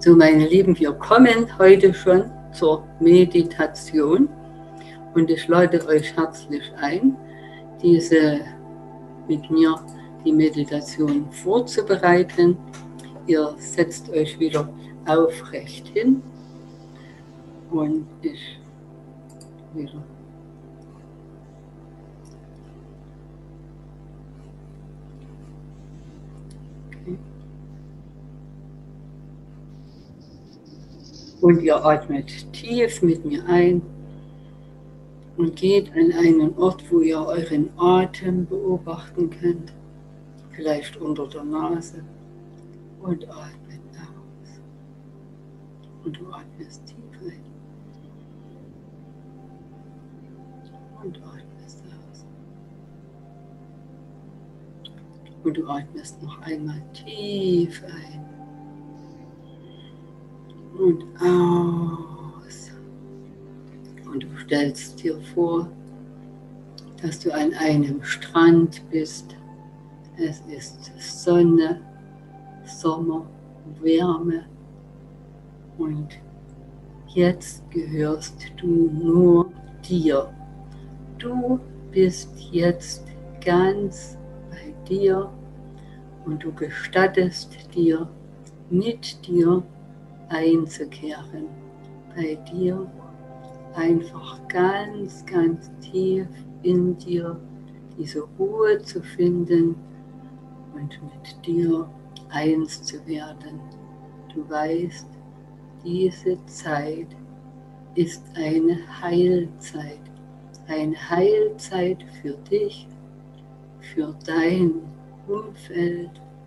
So, meine Lieben, wir kommen heute schon zur Meditation und ich lade euch herzlich ein, mit mir die Meditation vorzubereiten. Ihr setzt euch wieder aufrecht hin und ich wieder. Okay. Und ihr atmet tief mit mir ein und geht an einen Ort, wo ihr euren Atem beobachten könnt, vielleicht unter der Nase, und atmet aus. Und du atmest tief ein und atmest aus. Und du atmest noch einmal tief ein und aus. Und du stellst dir vor, dass du an einem Strand bist. Es ist Sonne, Sommer, Wärme und jetzt gehörst du nur dir. Du bist jetzt ganz bei dir und du gestattest dir, mit dir einzukehren. Bei dir einfach ganz, ganz tief in dir diese Ruhe zu finden und mit dir eins zu werden. Du weißt, diese Zeit ist eine Heilzeit für dich, für dein Umfeld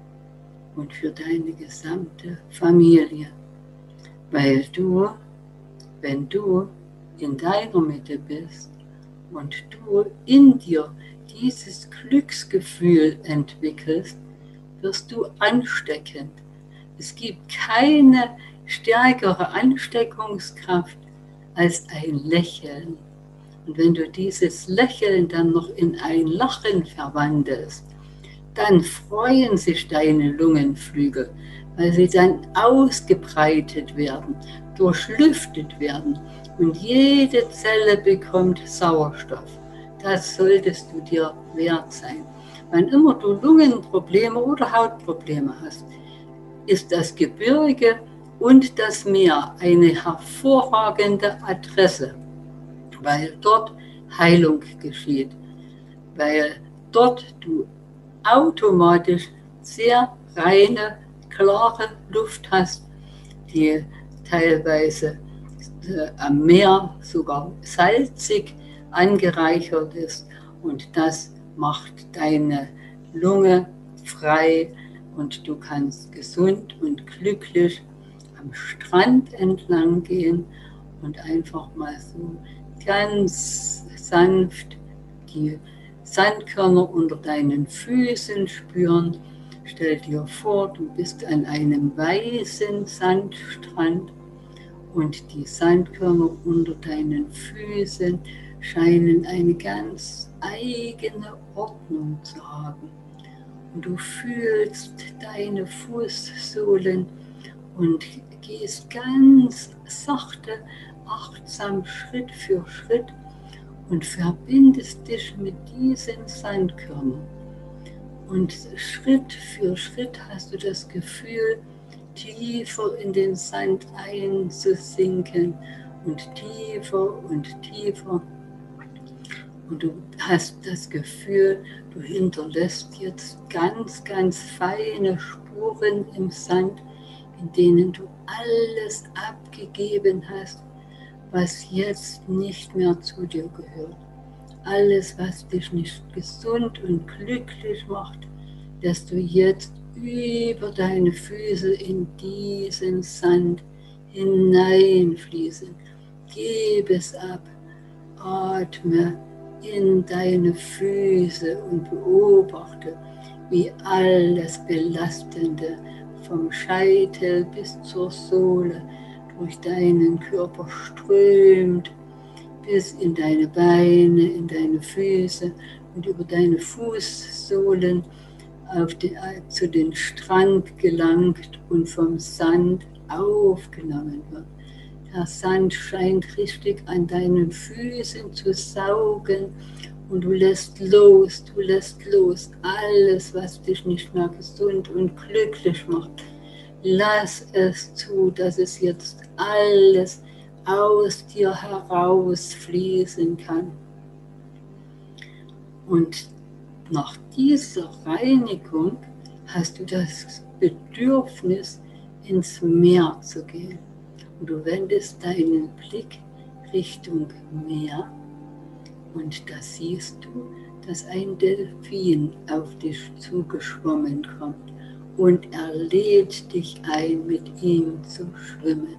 und für deine gesamte Familie. Weil du, wenn du in deiner Mitte bist und du in dir dieses Glücksgefühl entwickelst, wirst du ansteckend. Es gibt keine stärkere Ansteckungskraft als ein Lächeln. Und wenn du dieses Lächeln dann noch in ein Lachen verwandelst, dann freuen sich deine Lungenflügel, weil sie dann ausgebreitet werden, durchlüftet werden und jede Zelle bekommt Sauerstoff. Das solltest du dir wert sein. Wann immer du Lungenprobleme oder Hautprobleme hast, ist das Gebirge und das Meer eine hervorragende Adresse, weil dort Heilung geschieht, weil dort du automatisch sehr reine, klare Luft hast, die teilweise am Meer sogar salzig angereichert ist und das macht deine Lunge frei und du kannst gesund und glücklich am Strand entlang gehen und einfach mal so ganz sanft die Sandkörner unter deinen Füßen spüren. Stell dir vor, du bist an einem weißen Sandstrand und die Sandkörner unter deinen Füßen scheinen eine ganz eigene Ordnung zu haben. Und du fühlst deine Fußsohlen und gehst ganz sachte, achtsam Schritt für Schritt und verbindest dich mit diesen Sandkörnern. Und Schritt für Schritt hast du das Gefühl, tiefer in den Sand einzusinken und tiefer und tiefer. Und du hast das Gefühl, du hinterlässt jetzt ganz, ganz feine Spuren im Sand, in denen du alles abgegeben hast, was jetzt nicht mehr zu dir gehört. Alles, was dich nicht gesund und glücklich macht, dass du jetzt über deine Füße in diesen Sand hineinfließen. Gib es ab, atme in deine Füße und beobachte, wie alles Belastende vom Scheitel bis zur Sohle durch deinen Körper strömt, bis in deine Beine, in deine Füße und über deine Fußsohlen zu den Strand gelangt und vom Sand aufgenommen wird. Der Sand scheint richtig an deinen Füßen zu saugen und du lässt los alles, was dich nicht mehr gesund und glücklich macht. Lass es zu, dass es jetzt alles aus dir herausfließen kann. Und nach dieser Reinigung hast du das Bedürfnis, ins Meer zu gehen. Und du wendest deinen Blick Richtung Meer und da siehst du, dass ein Delfin auf dich zugeschwommen kommt und er lädt dich ein, mit ihm zu schwimmen.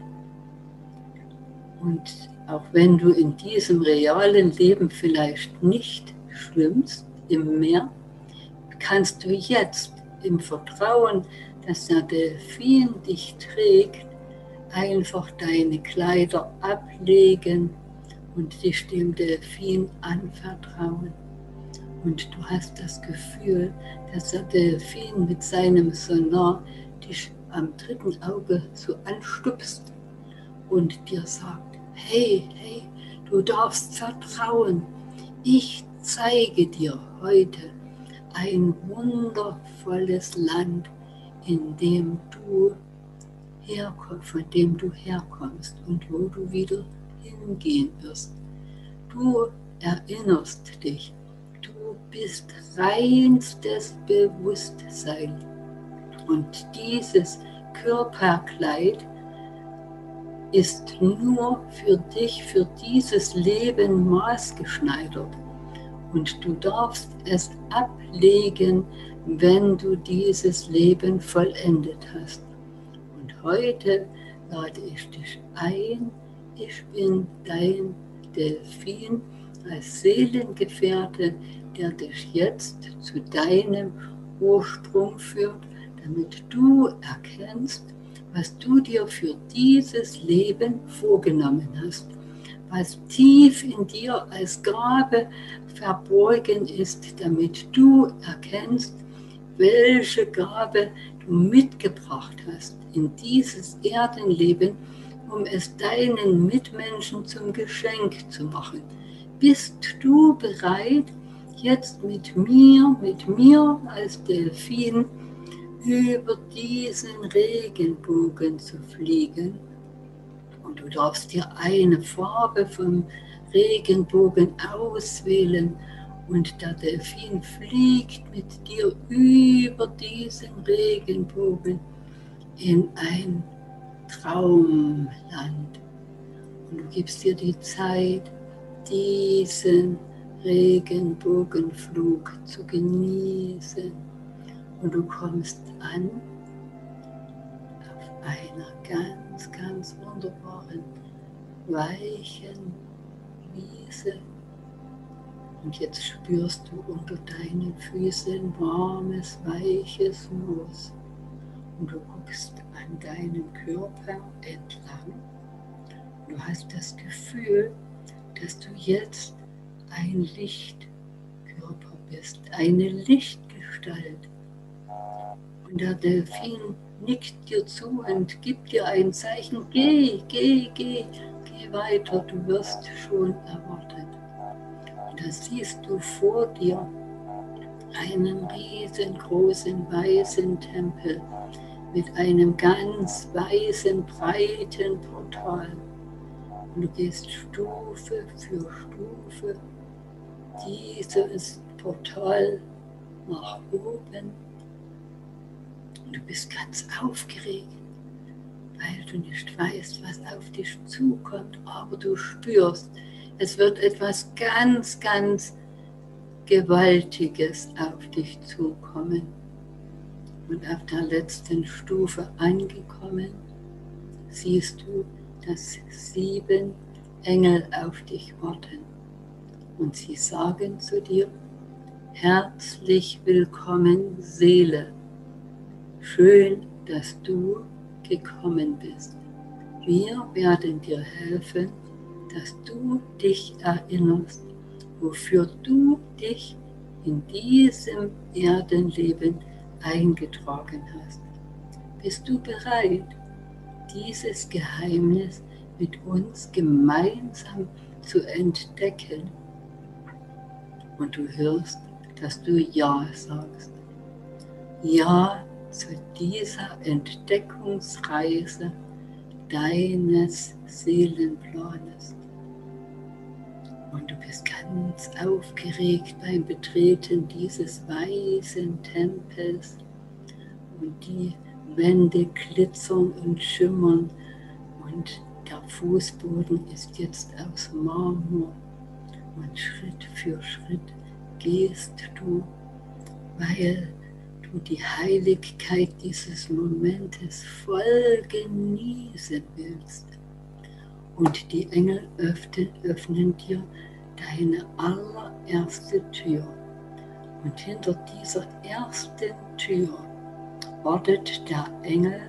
Und auch wenn du in diesem realen Leben vielleicht nicht schwimmst im Meer, kannst du jetzt im Vertrauen, dass der Delfin dich trägt, einfach deine Kleider ablegen und dich dem Delfin anvertrauen. Und du hast das Gefühl, dass der Delfin mit seinem Sonar dich am dritten Auge so anstupst und dir sagt, hey, du darfst vertrauen. Ich zeige dir heute ein wundervolles Land, von dem du herkommst und wo du wieder hingehen wirst. Du erinnerst dich, du bist reinstes Bewusstsein und dieses Körperkleid ist nur für dich, für dieses Leben maßgeschneidert. Und du darfst es ablegen, wenn du dieses Leben vollendet hast. Und heute lade ich dich ein, ich bin dein Delfin als Seelengefährte, der dich jetzt zu deinem Ursprung führt, damit du erkennst, was du dir für dieses Leben vorgenommen hast, was tief in dir als Gabe verborgen ist, damit du erkennst, welche Gabe du mitgebracht hast in dieses Erdenleben, um es deinen Mitmenschen zum Geschenk zu machen. Bist du bereit, jetzt mit mir als Delfin über diesen Regenbogen zu fliegen? Und du darfst dir eine Farbe vom Regenbogen auswählen und der Delfin fliegt mit dir über diesen Regenbogen in ein Traumland. Und du gibst dir die Zeit, diesen Regenbogenflug zu genießen. Und du kommst an auf einer ganz wunderbaren, weichen Wiese. Und jetzt spürst du unter deinen Füßen warmes, weiches Moos. Und du guckst an deinem Körper entlang. Du hast das Gefühl, dass du jetzt ein Lichtkörper bist, eine Lichtgestalt. Und der Delfin nickt dir zu und gibt dir ein Zeichen, geh weiter, du wirst schon erwartet. Und da siehst du vor dir einen riesengroßen weißen Tempel mit einem ganz weißen, breiten Portal. Und du gehst Stufe für Stufe dieses Portal nach oben. Und du bist ganz aufgeregt, weil du nicht weißt, was auf dich zukommt, aber du spürst, es wird etwas ganz Gewaltiges auf dich zukommen. Und auf der letzten Stufe angekommen, siehst du, dass 7 Engel auf dich warten. Und sie sagen zu dir, herzlich willkommen, Seele. Schön, dass du gekommen bist. Wir werden dir helfen, dass du dich erinnerst, wofür du dich in diesem Erdenleben eingetragen hast. Bist du bereit? dieses Geheimnis mit uns gemeinsam zu entdecken. Und du hörst, dass du Ja sagst. Ja zu dieser Entdeckungsreise deines Seelenplanes. Und du bist ganz aufgeregt beim Betreten dieses weißen Tempels. Und die Wände glitzern und schimmern. Und der Fußboden ist jetzt aus Marmor. Und Schritt für Schritt gehst du, weil du die Heiligkeit dieses Momentes voll genießen willst. Und die Engel öffnen dir deine allererste Tür. Und hinter dieser ersten Tür wartet der Engel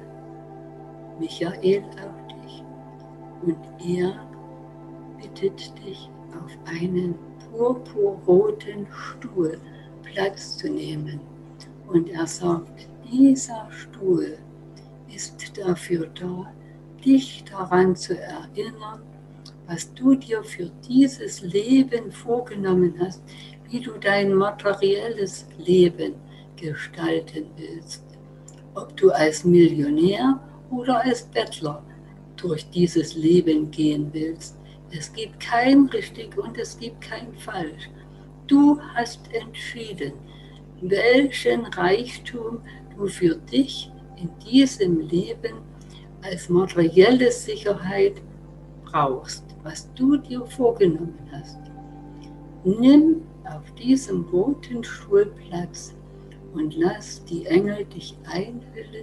Michael auf dich. Und er bittet dich, auf einen purpurroten Stuhl Platz zu nehmen. Und er sagt, dieser Stuhl ist dafür da, dich daran zu erinnern, was du dir für dieses Leben vorgenommen hast, wie du dein materielles Leben gestalten willst. Ob du als Millionär oder als Bettler durch dieses Leben gehen willst. Es gibt kein richtig und es gibt kein falsch. Du hast entschieden, welchen Reichtum du für dich in diesem Leben als materielle Sicherheit brauchst, was du dir vorgenommen hast. Nimm auf diesem roten Stuhl Platz und lass die Engel dich einhüllen,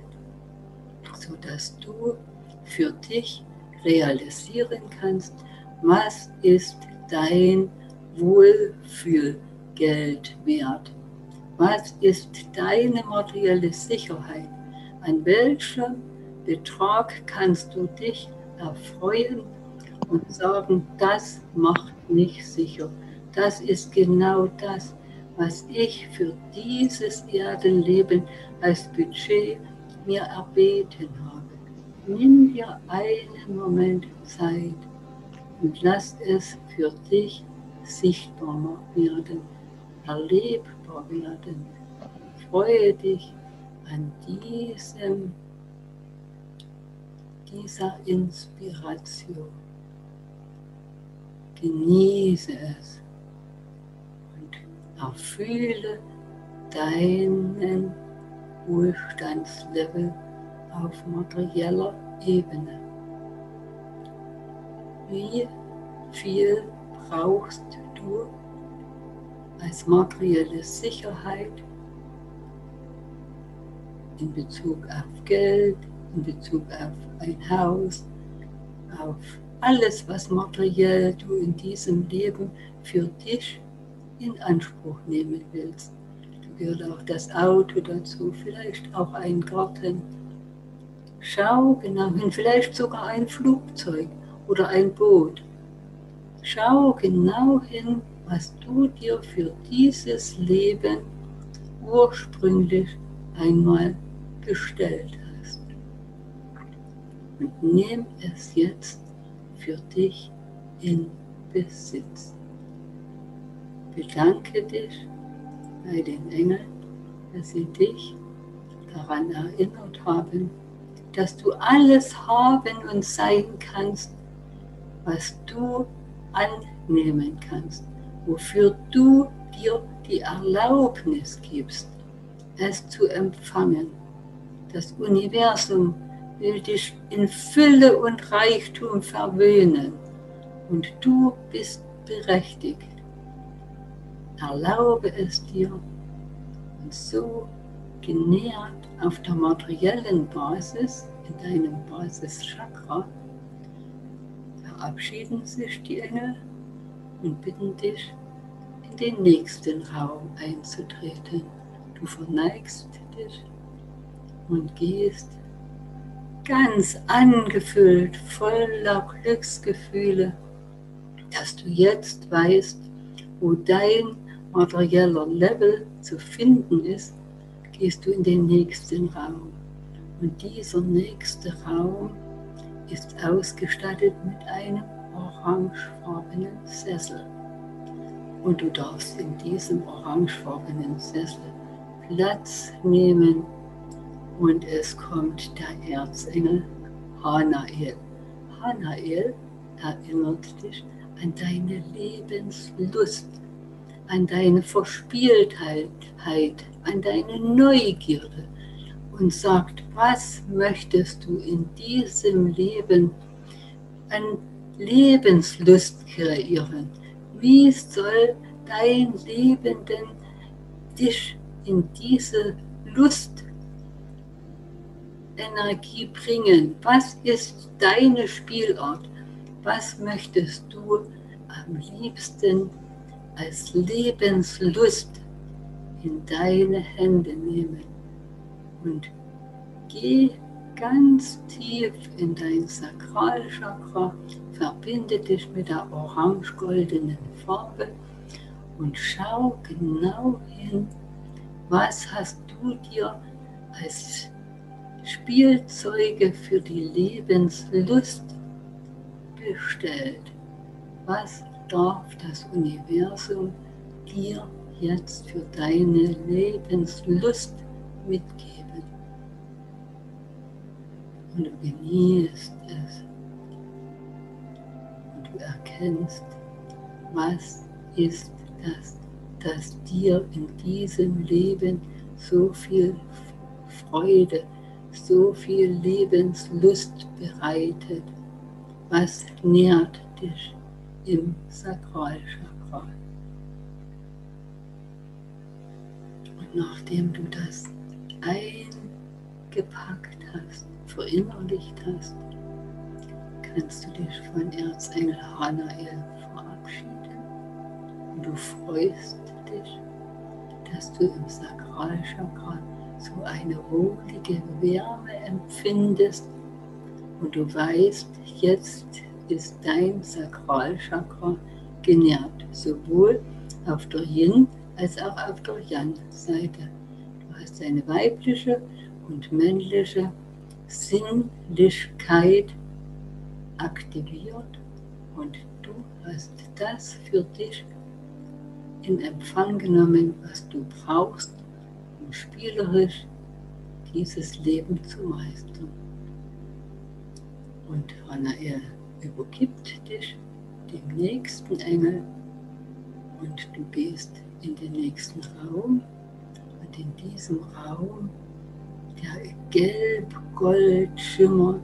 sodass du für dich realisieren kannst, was ist dein Wohlfühlgeld wert? Was ist deine materielle Sicherheit? An welchem Betrag kannst du dich erfreuen und sagen, das macht mich sicher. Das ist genau das, was ich für dieses Erdenleben als Budget mir erbeten habe. Nimm dir einen Moment Zeit und lass es für dich sichtbar werden, erlebbar werden. Freue dich an dieser Inspiration. Genieße es und erfühle deinen Wohlstandslevel auf materieller Ebene. Wie viel brauchst du als materielle Sicherheit in Bezug auf Geld, in Bezug auf ein Haus, auf alles, was materiell du in diesem Leben für dich in Anspruch nehmen willst? Da gehört auch das Auto dazu, vielleicht auch ein Garten. Schau genau hin, vielleicht sogar ein Flugzeug oder ein Boot. Schau genau hin, was du dir für dieses Leben ursprünglich einmal bestellt hast. Und nimm es jetzt für dich in Besitz. Bedanke dich bei den Engeln, dass sie dich daran erinnert haben, dass du alles haben und sein kannst, was du annehmen kannst, wofür du dir die Erlaubnis gibst, es zu empfangen. Das Universum will dich in Fülle und Reichtum verwöhnen und du bist berechtigt. Erlaube es dir und so genährt auf der materiellen Basis, in deinem Basischakra, verabschieden sich die Engel und bitten dich, in den nächsten Raum einzutreten. Du verneigst dich und gehst ganz angefüllt, voller Glücksgefühle, dass du jetzt weißt, wo dein materieller Level zu finden ist, gehst du in den nächsten Raum. Und dieser nächste Raum ist ausgestattet mit einem orangefarbenen Sessel. Und du darfst in diesem orangefarbenen Sessel Platz nehmen und es kommt der Erzengel Hanael. Hanael erinnert dich an deine Lebenslust, an deine Verspieltheit, an deine Neugierde und sagt, was möchtest du in diesem Leben an Lebenslust kreieren? Wie soll dein Leben denn dich in diese Lustenergie bringen? Was ist deine Spielart? Was möchtest du am liebsten als Lebenslust in deine Hände nehmen? Und geh ganz tief in dein Sakralchakra, verbinde dich mit der orange-goldenen Farbe und schau genau hin, was hast du dir als Spielzeuge für die Lebenslust bestellt? Was darf das Universum dir jetzt für deine Lebenslust mitgeben? Und du genießt es und du erkennst, was ist das dir in diesem Leben so viel Freude, so viel Lebenslust bereitet, was nährt dich im Sakralchakra. Und nachdem du das eingepackt hast, verinnerlicht hast, kannst du dich von Erzengel Hanael verabschieden. Und du freust dich, dass du im Sakralchakra so eine wohlige Wärme empfindest und du weißt, jetzt ist dein Sakralchakra genährt, sowohl auf der Yin- als auch auf der Yang-Seite. Du hast deine weibliche und männliche Sinnlichkeit aktiviert und du hast das für dich in Empfang genommen, was du brauchst, um spielerisch dieses Leben zu meistern. Und Hanael übergibt dich dem nächsten Engel und du gehst in den nächsten Raum und in diesem Raum, der gelb-gold schimmert,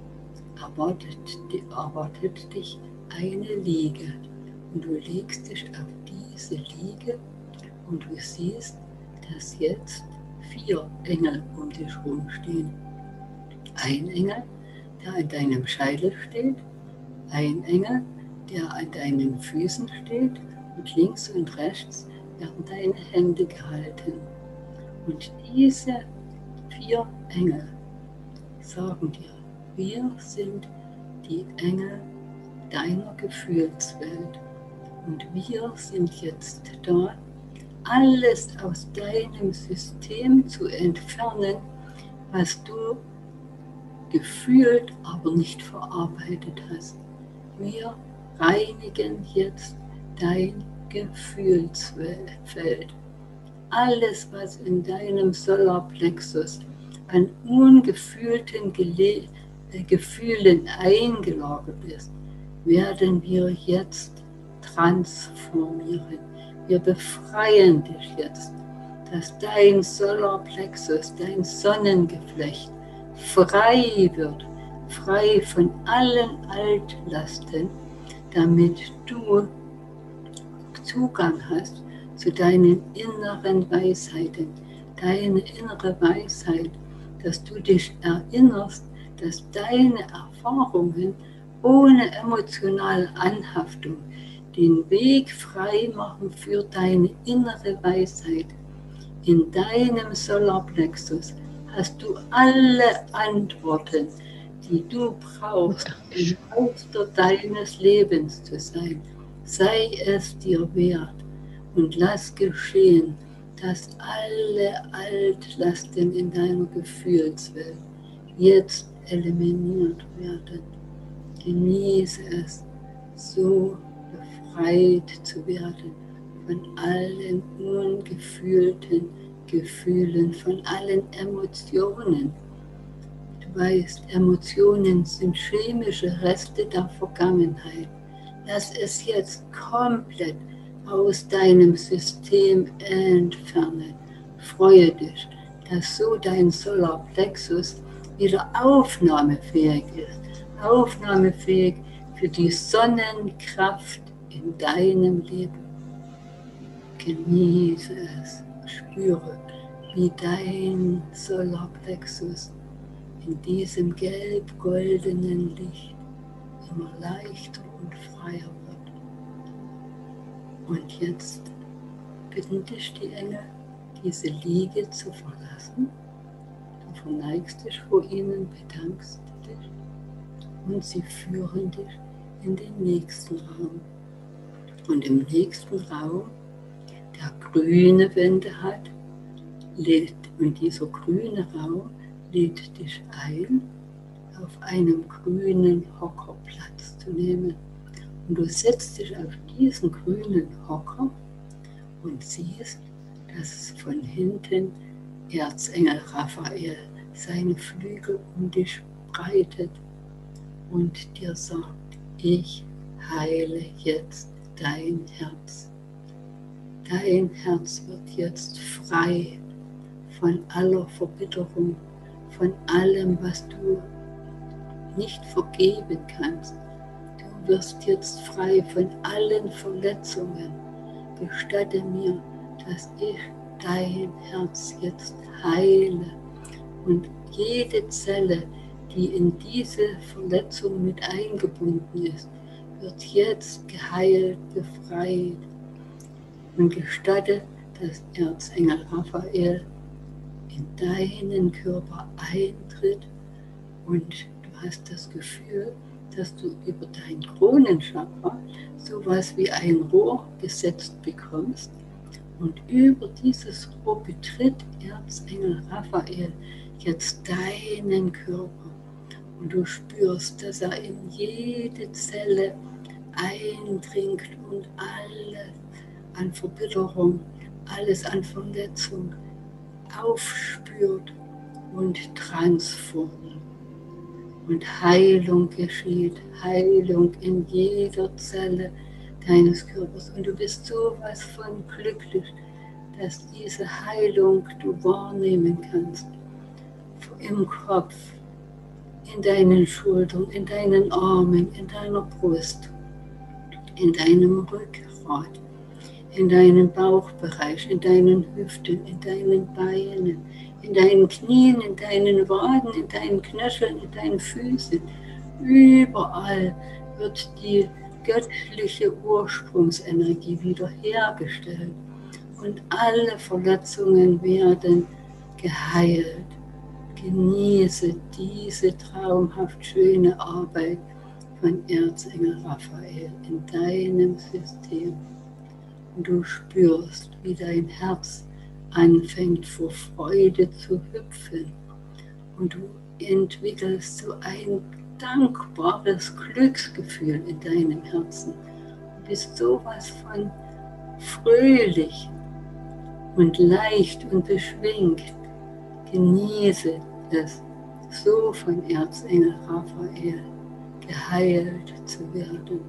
erwartet dich eine Liege und du legst dich auf diese Liege und du siehst, dass jetzt 4 Engel um dich rumstehen. Ein Engel, der an deinem Scheitel steht, ein Engel, der an deinen Füßen steht und links und rechts werden deine Hände gehalten. Und diese 4 Engel sagen dir, wir sind die Engel deiner Gefühlswelt und wir sind jetzt da, alles aus deinem System zu entfernen, was du gefühlt, aber nicht verarbeitet hast. Wir reinigen jetzt dein Gefühlsfeld. Alles, was in deinem Solarplexus an ungefühlten Gefühlen eingelagert ist, werden wir jetzt transformieren. Wir befreien dich jetzt, dass dein Solarplexus, dein Sonnengeflecht frei wird, frei von allen Altlasten, damit du Zugang hast zu deinen inneren Weisheiten, deine innere Weisheit, dass du dich erinnerst, dass deine Erfahrungen ohne emotionale Anhaftung den Weg frei machen für deine innere Weisheit. In deinem Solarplexus hast du alle Antworten, die du brauchst, um Meister deines Lebens zu sein. Sei es dir wert und lass geschehen, dass alle Altlasten in deiner Gefühlswelt jetzt eliminiert werden. Genieße es, so befreit zu werden von allen ungefühlten Gefühlen, von allen Emotionen. Du weißt, Emotionen sind chemische Reste der Vergangenheit. Lass es jetzt komplett aus deinem System entfernen. Freue dich, dass so dein Solarplexus wieder aufnahmefähig ist. Aufnahmefähig für die Sonnenkraft in deinem Leben. Genieße es, spüre, wie dein Solarplexus in diesem gelb-goldenen Licht immer leichter und freier wird. Und jetzt bitten dich die Engel, diese Liege zu verlassen. Du verneigst dich vor ihnen, bedankst dich und sie führen dich in den nächsten Raum. Und im nächsten Raum, der grüne Wände hat, und dieser grüne Raum lädt dich ein, auf einem grünen Hocker Platz zu nehmen. Und du setzt dich auf diesen grünen Hocker und siehst, dass von hinten Erzengel Raphael seine Flügel um dich breitet und dir sagt, ich heile jetzt dein Herz. Dein Herz wird jetzt frei von aller Verbitterung, von allem, was du nicht vergeben kannst. Du wirst jetzt frei von allen Verletzungen. Gestatte mir, dass ich dein Herz jetzt heile und jede Zelle, die in diese Verletzung mit eingebunden ist, wird jetzt geheilt, befreit. Und gestatte, dass Erzengel Raphael in deinen Körper eintritt und du hast das Gefühl, dass du über dein Kronenchakra sowas wie ein Rohr gesetzt bekommst und über dieses Rohr betritt Erzengel Raphael jetzt deinen Körper und du spürst, dass er in jede Zelle eindringt und alles an Verbitterung, alles an Verletzung aufspürt und transformiert. Und Heilung geschieht, Heilung in jeder Zelle deines Körpers. Und du bist sowas von glücklich, dass diese Heilung du wahrnehmen kannst. Im Kopf, in deinen Schultern, in deinen Armen, in deiner Brust, in deinem Rückgrat, in deinem Bauchbereich, in deinen Hüften, in deinen Beinen, in deinen Knien, in deinen Waden, in deinen Knöcheln, in deinen Füßen. Überall wird die göttliche Ursprungsenergie wiederhergestellt und alle Verletzungen werden geheilt. Genieße diese traumhaft schöne Arbeit von Erzengel Raphael in deinem System. Und du spürst, wie dein Herz anfängt vor Freude zu hüpfen. Und du entwickelst so ein dankbares Glücksgefühl in deinem Herzen. Du bist sowas von fröhlich und leicht und beschwingt. Genieße es, so von Erzengel Raphael geheilt zu werden.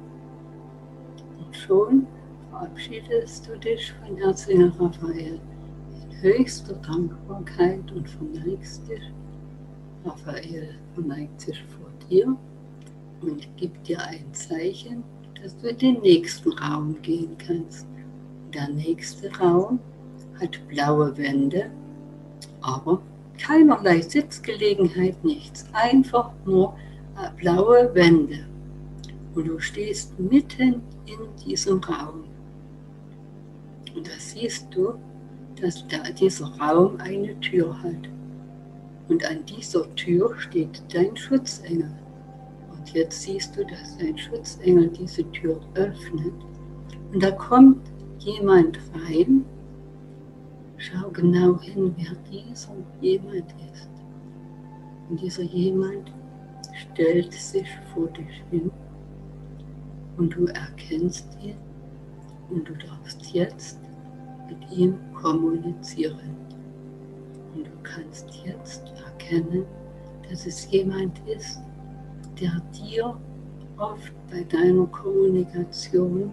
Und schon verabschiedest du dich von Erzengel Raphael in höchster Dankbarkeit und verneigst dich. Raphael verneigt sich vor dir und gibt dir ein Zeichen, dass du in den nächsten Raum gehen kannst. Der nächste Raum hat blaue Wände, aber keinerlei Sitzgelegenheit, nichts. Einfach nur blaue Wände. Und du stehst mitten in diesem Raum. Und da siehst du, dass dieser Raum eine Tür hat. Und an dieser Tür steht dein Schutzengel. Und jetzt siehst du, dass dein Schutzengel diese Tür öffnet. Und da kommt jemand rein. Schau genau hin, wer dieser jemand ist. Und dieser jemand stellt sich vor dich hin und du erkennst ihn und du darfst jetzt mit ihm kommunizieren. Und du kannst jetzt erkennen, dass es jemand ist, der dir oft bei deiner Kommunikation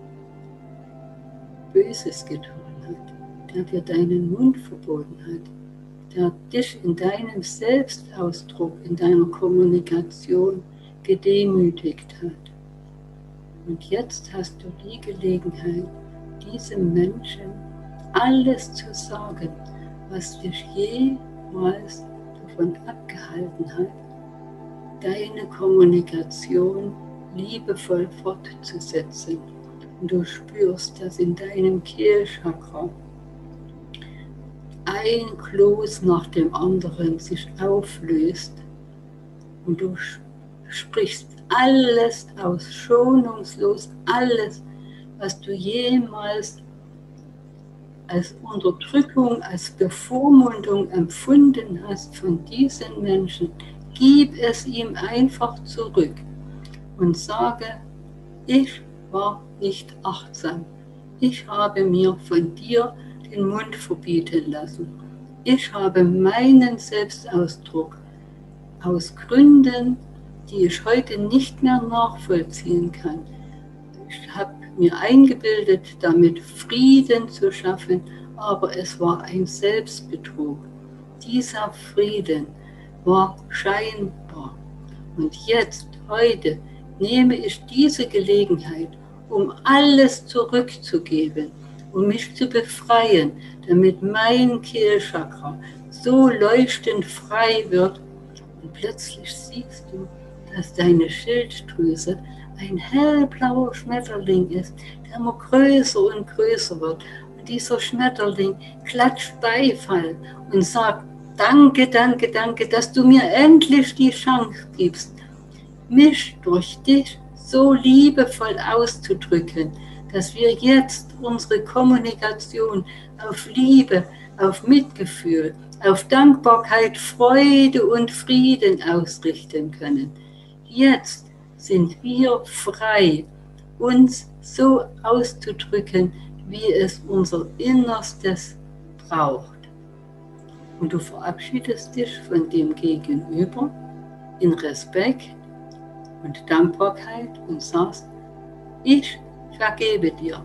Böses getan hat, der dir deinen Mund verboten hat, der dich in deinem Selbstausdruck, in deiner Kommunikation gedemütigt hat. Und jetzt hast du die Gelegenheit, diesem Menschen alles zu sagen, was dich jemals davon abgehalten hat, deine Kommunikation liebevoll fortzusetzen. Und du spürst, dass in deinem Kehlchakra ein Kloß nach dem anderen sich auflöst und du sprichst alles aus, schonungslos alles, was du jemals als Unterdrückung, als Bevormundung empfunden hast von diesen Menschen. Gib es ihm einfach zurück und sage, ich war nicht achtsam. Ich habe mir von dir den Mund verbieten lassen. Ich habe meinen Selbstausdruck aus Gründen, die ich heute nicht mehr nachvollziehen kann. Ich habe mir eingebildet, damit Frieden zu schaffen, aber es war ein Selbstbetrug. Dieser Frieden war scheinbar. Und jetzt, heute, nehme ich diese Gelegenheit, um alles zurückzugeben, um mich zu befreien, damit mein Kehlchakra so leuchtend frei wird. Und plötzlich siehst du, dass deine Schilddrüse ein hellblauer Schmetterling ist, der immer größer und größer wird. Und dieser Schmetterling klatscht Beifall und sagt, danke, danke, danke, dass du mir endlich die Chance gibst, mich durch dich so liebevoll auszudrücken, dass wir jetzt unsere Kommunikation auf Liebe, auf Mitgefühl, auf Dankbarkeit, Freude und Frieden ausrichten können. Jetzt sind wir frei, uns so auszudrücken, wie es unser Innerstes braucht. Und du verabschiedest dich von dem Gegenüber in Respekt und Dankbarkeit und sagst, ich vergebe dir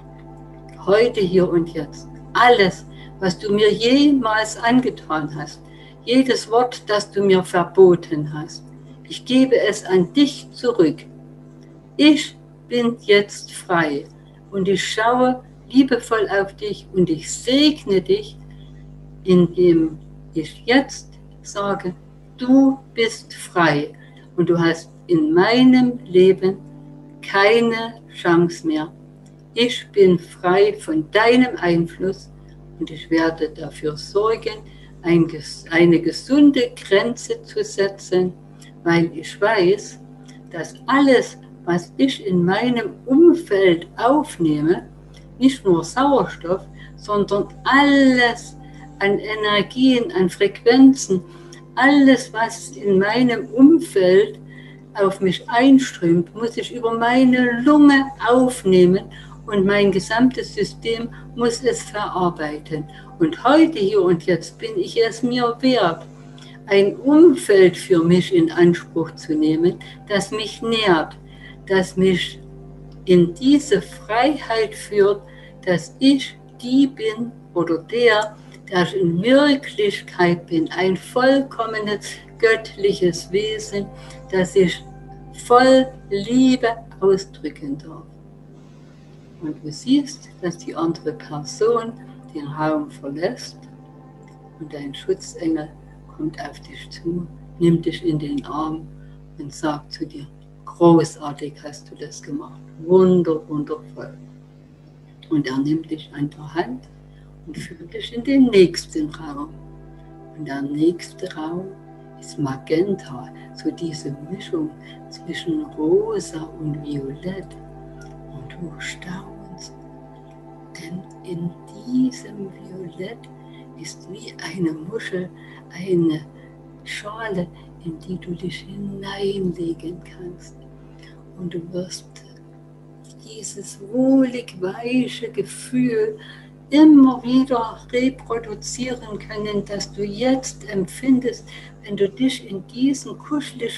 heute, hier und jetzt alles, was du mir jemals angetan hast, jedes Wort, das du mir verboten hast. Ich gebe es an dich zurück. Ich bin jetzt frei und ich schaue liebevoll auf dich und ich segne dich, indem ich jetzt sage, du bist frei und du hast in meinem Leben keine Chance mehr. Ich bin frei von deinem Einfluss und ich werde dafür sorgen, eine gesunde Grenze zu setzen, weil ich weiß, dass alles, was ich in meinem Umfeld aufnehme, nicht nur Sauerstoff, sondern alles an Energien, an Frequenzen, alles, was in meinem Umfeld auf mich einströmt, muss ich über meine Lunge aufnehmen und mein gesamtes System muss es verarbeiten. Und heute, hier und jetzt bin ich es mir wert, ein Umfeld für mich in Anspruch zu nehmen, das mich nährt, das mich in diese Freiheit führt, dass ich die bin oder der ich in Wirklichkeit bin, ein vollkommenes göttliches Wesen, das ich voll Liebe ausdrücken darf. Und du siehst, dass die andere Person den Raum verlässt und dein Schutzengel kommt auf dich zu, nimmt dich in den Arm und sagt zu dir, großartig hast du das gemacht, wundervoll. Und er nimmt dich an der Hand und führt dich in den nächsten Raum. Und der nächste Raum ist Magenta, so diese Mischung zwischen Rosa und Violett. Und du staunst, denn in diesem Violett ist wie eine Muschel eine Schale, in die du dich hineinlegen kannst. Und du wirst dieses wohlig weiche Gefühl immer wieder reproduzieren können, das du jetzt empfindest, wenn du dich in diesen kuschelig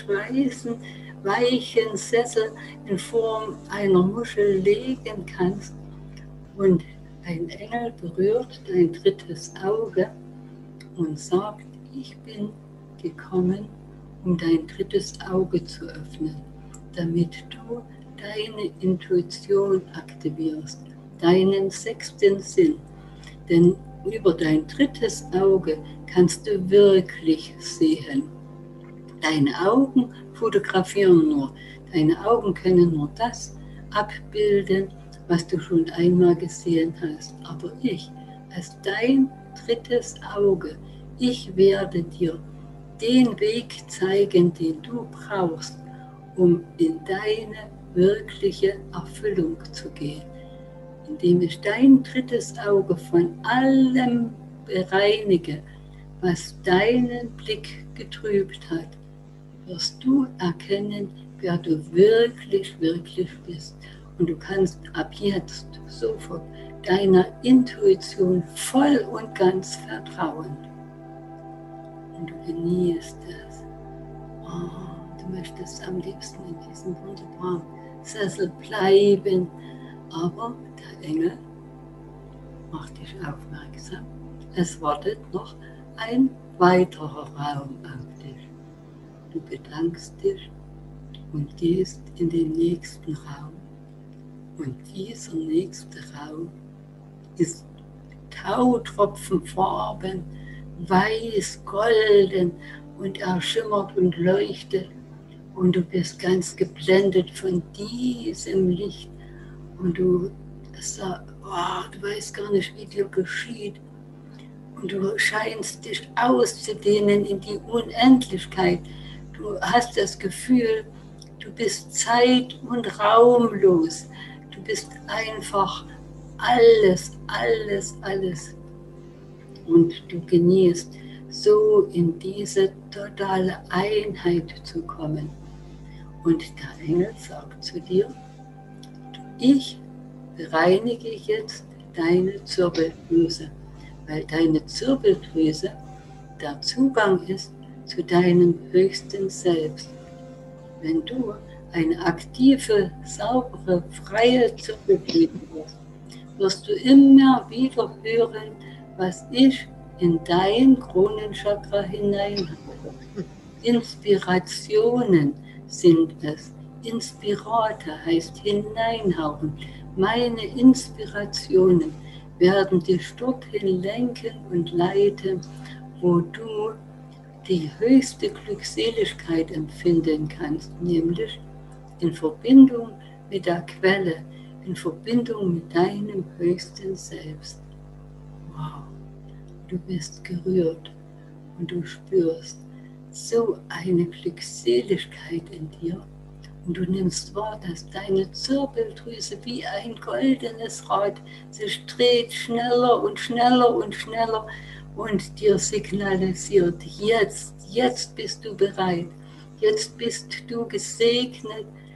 weichen Sessel in Form einer Muschel legen kannst. Und ein Engel berührt dein drittes Auge und sagt, ich bin gekommen, um dein drittes Auge zu öffnen, damit du deine Intuition aktivierst, deinen sechsten Sinn. Denn über dein drittes Auge kannst du wirklich sehen. Deine Augen fotografieren nur. Deine Augen können nur das abbilden, was du schon einmal gesehen hast. Aber ich, als dein drittes Auge, ich werde dir den Weg zeigen, den du brauchst, um in deine wirkliche Erfüllung zu gehen. Indem ich dein drittes Auge von allem bereinige, was deinen Blick getrübt hat, wirst du erkennen, wer du wirklich, wirklich bist. Und du kannst ab jetzt sofort deiner Intuition voll und ganz vertrauen. Und du genießt es. Oh, du möchtest am liebsten in diesem wunderbaren Sessel bleiben. Aber der Engel macht dich aufmerksam. Es wartet noch ein weiterer Raum auf dich. Du bedankst dich und gehst in den nächsten Raum. Und dieser nächste Raum ist tautropfenfarben, weiß, golden und er schimmert und leuchtet. Und du bist ganz geblendet von diesem Licht. Und du weißt gar nicht, wie dir geschieht. Und du scheinst dich auszudehnen in die Unendlichkeit. Du hast das Gefühl, du bist zeit- und raumlos. Du bist einfach alles, alles, alles. Und du genießt, so in diese totale Einheit zu kommen. Und der Engel sagt zu dir, ich bereinige jetzt deine Zirbeldrüse, weil deine Zirbeldrüse der Zugang ist zu deinem höchsten Selbst. Wenn du eine aktive, saubere, freie Zirbeldrüse hast, wirst du immer wieder hören, was ich in dein Kronenchakra hinein habe. Inspirationen sind es. Inspirate heißt hineinhauen. Meine Inspirationen werden dich dorthin lenken und leiten, wo du die höchste Glückseligkeit empfinden kannst, nämlich in Verbindung mit der Quelle, in Verbindung mit deinem höchsten Selbst. Wow, du bist gerührt und du spürst so eine Glückseligkeit in dir. Und du nimmst wahr, dass deine Zirbeldrüse wie ein goldenes Rad sich dreht, schneller und schneller und schneller und dir signalisiert, jetzt bist du bereit, jetzt bist du gesegnet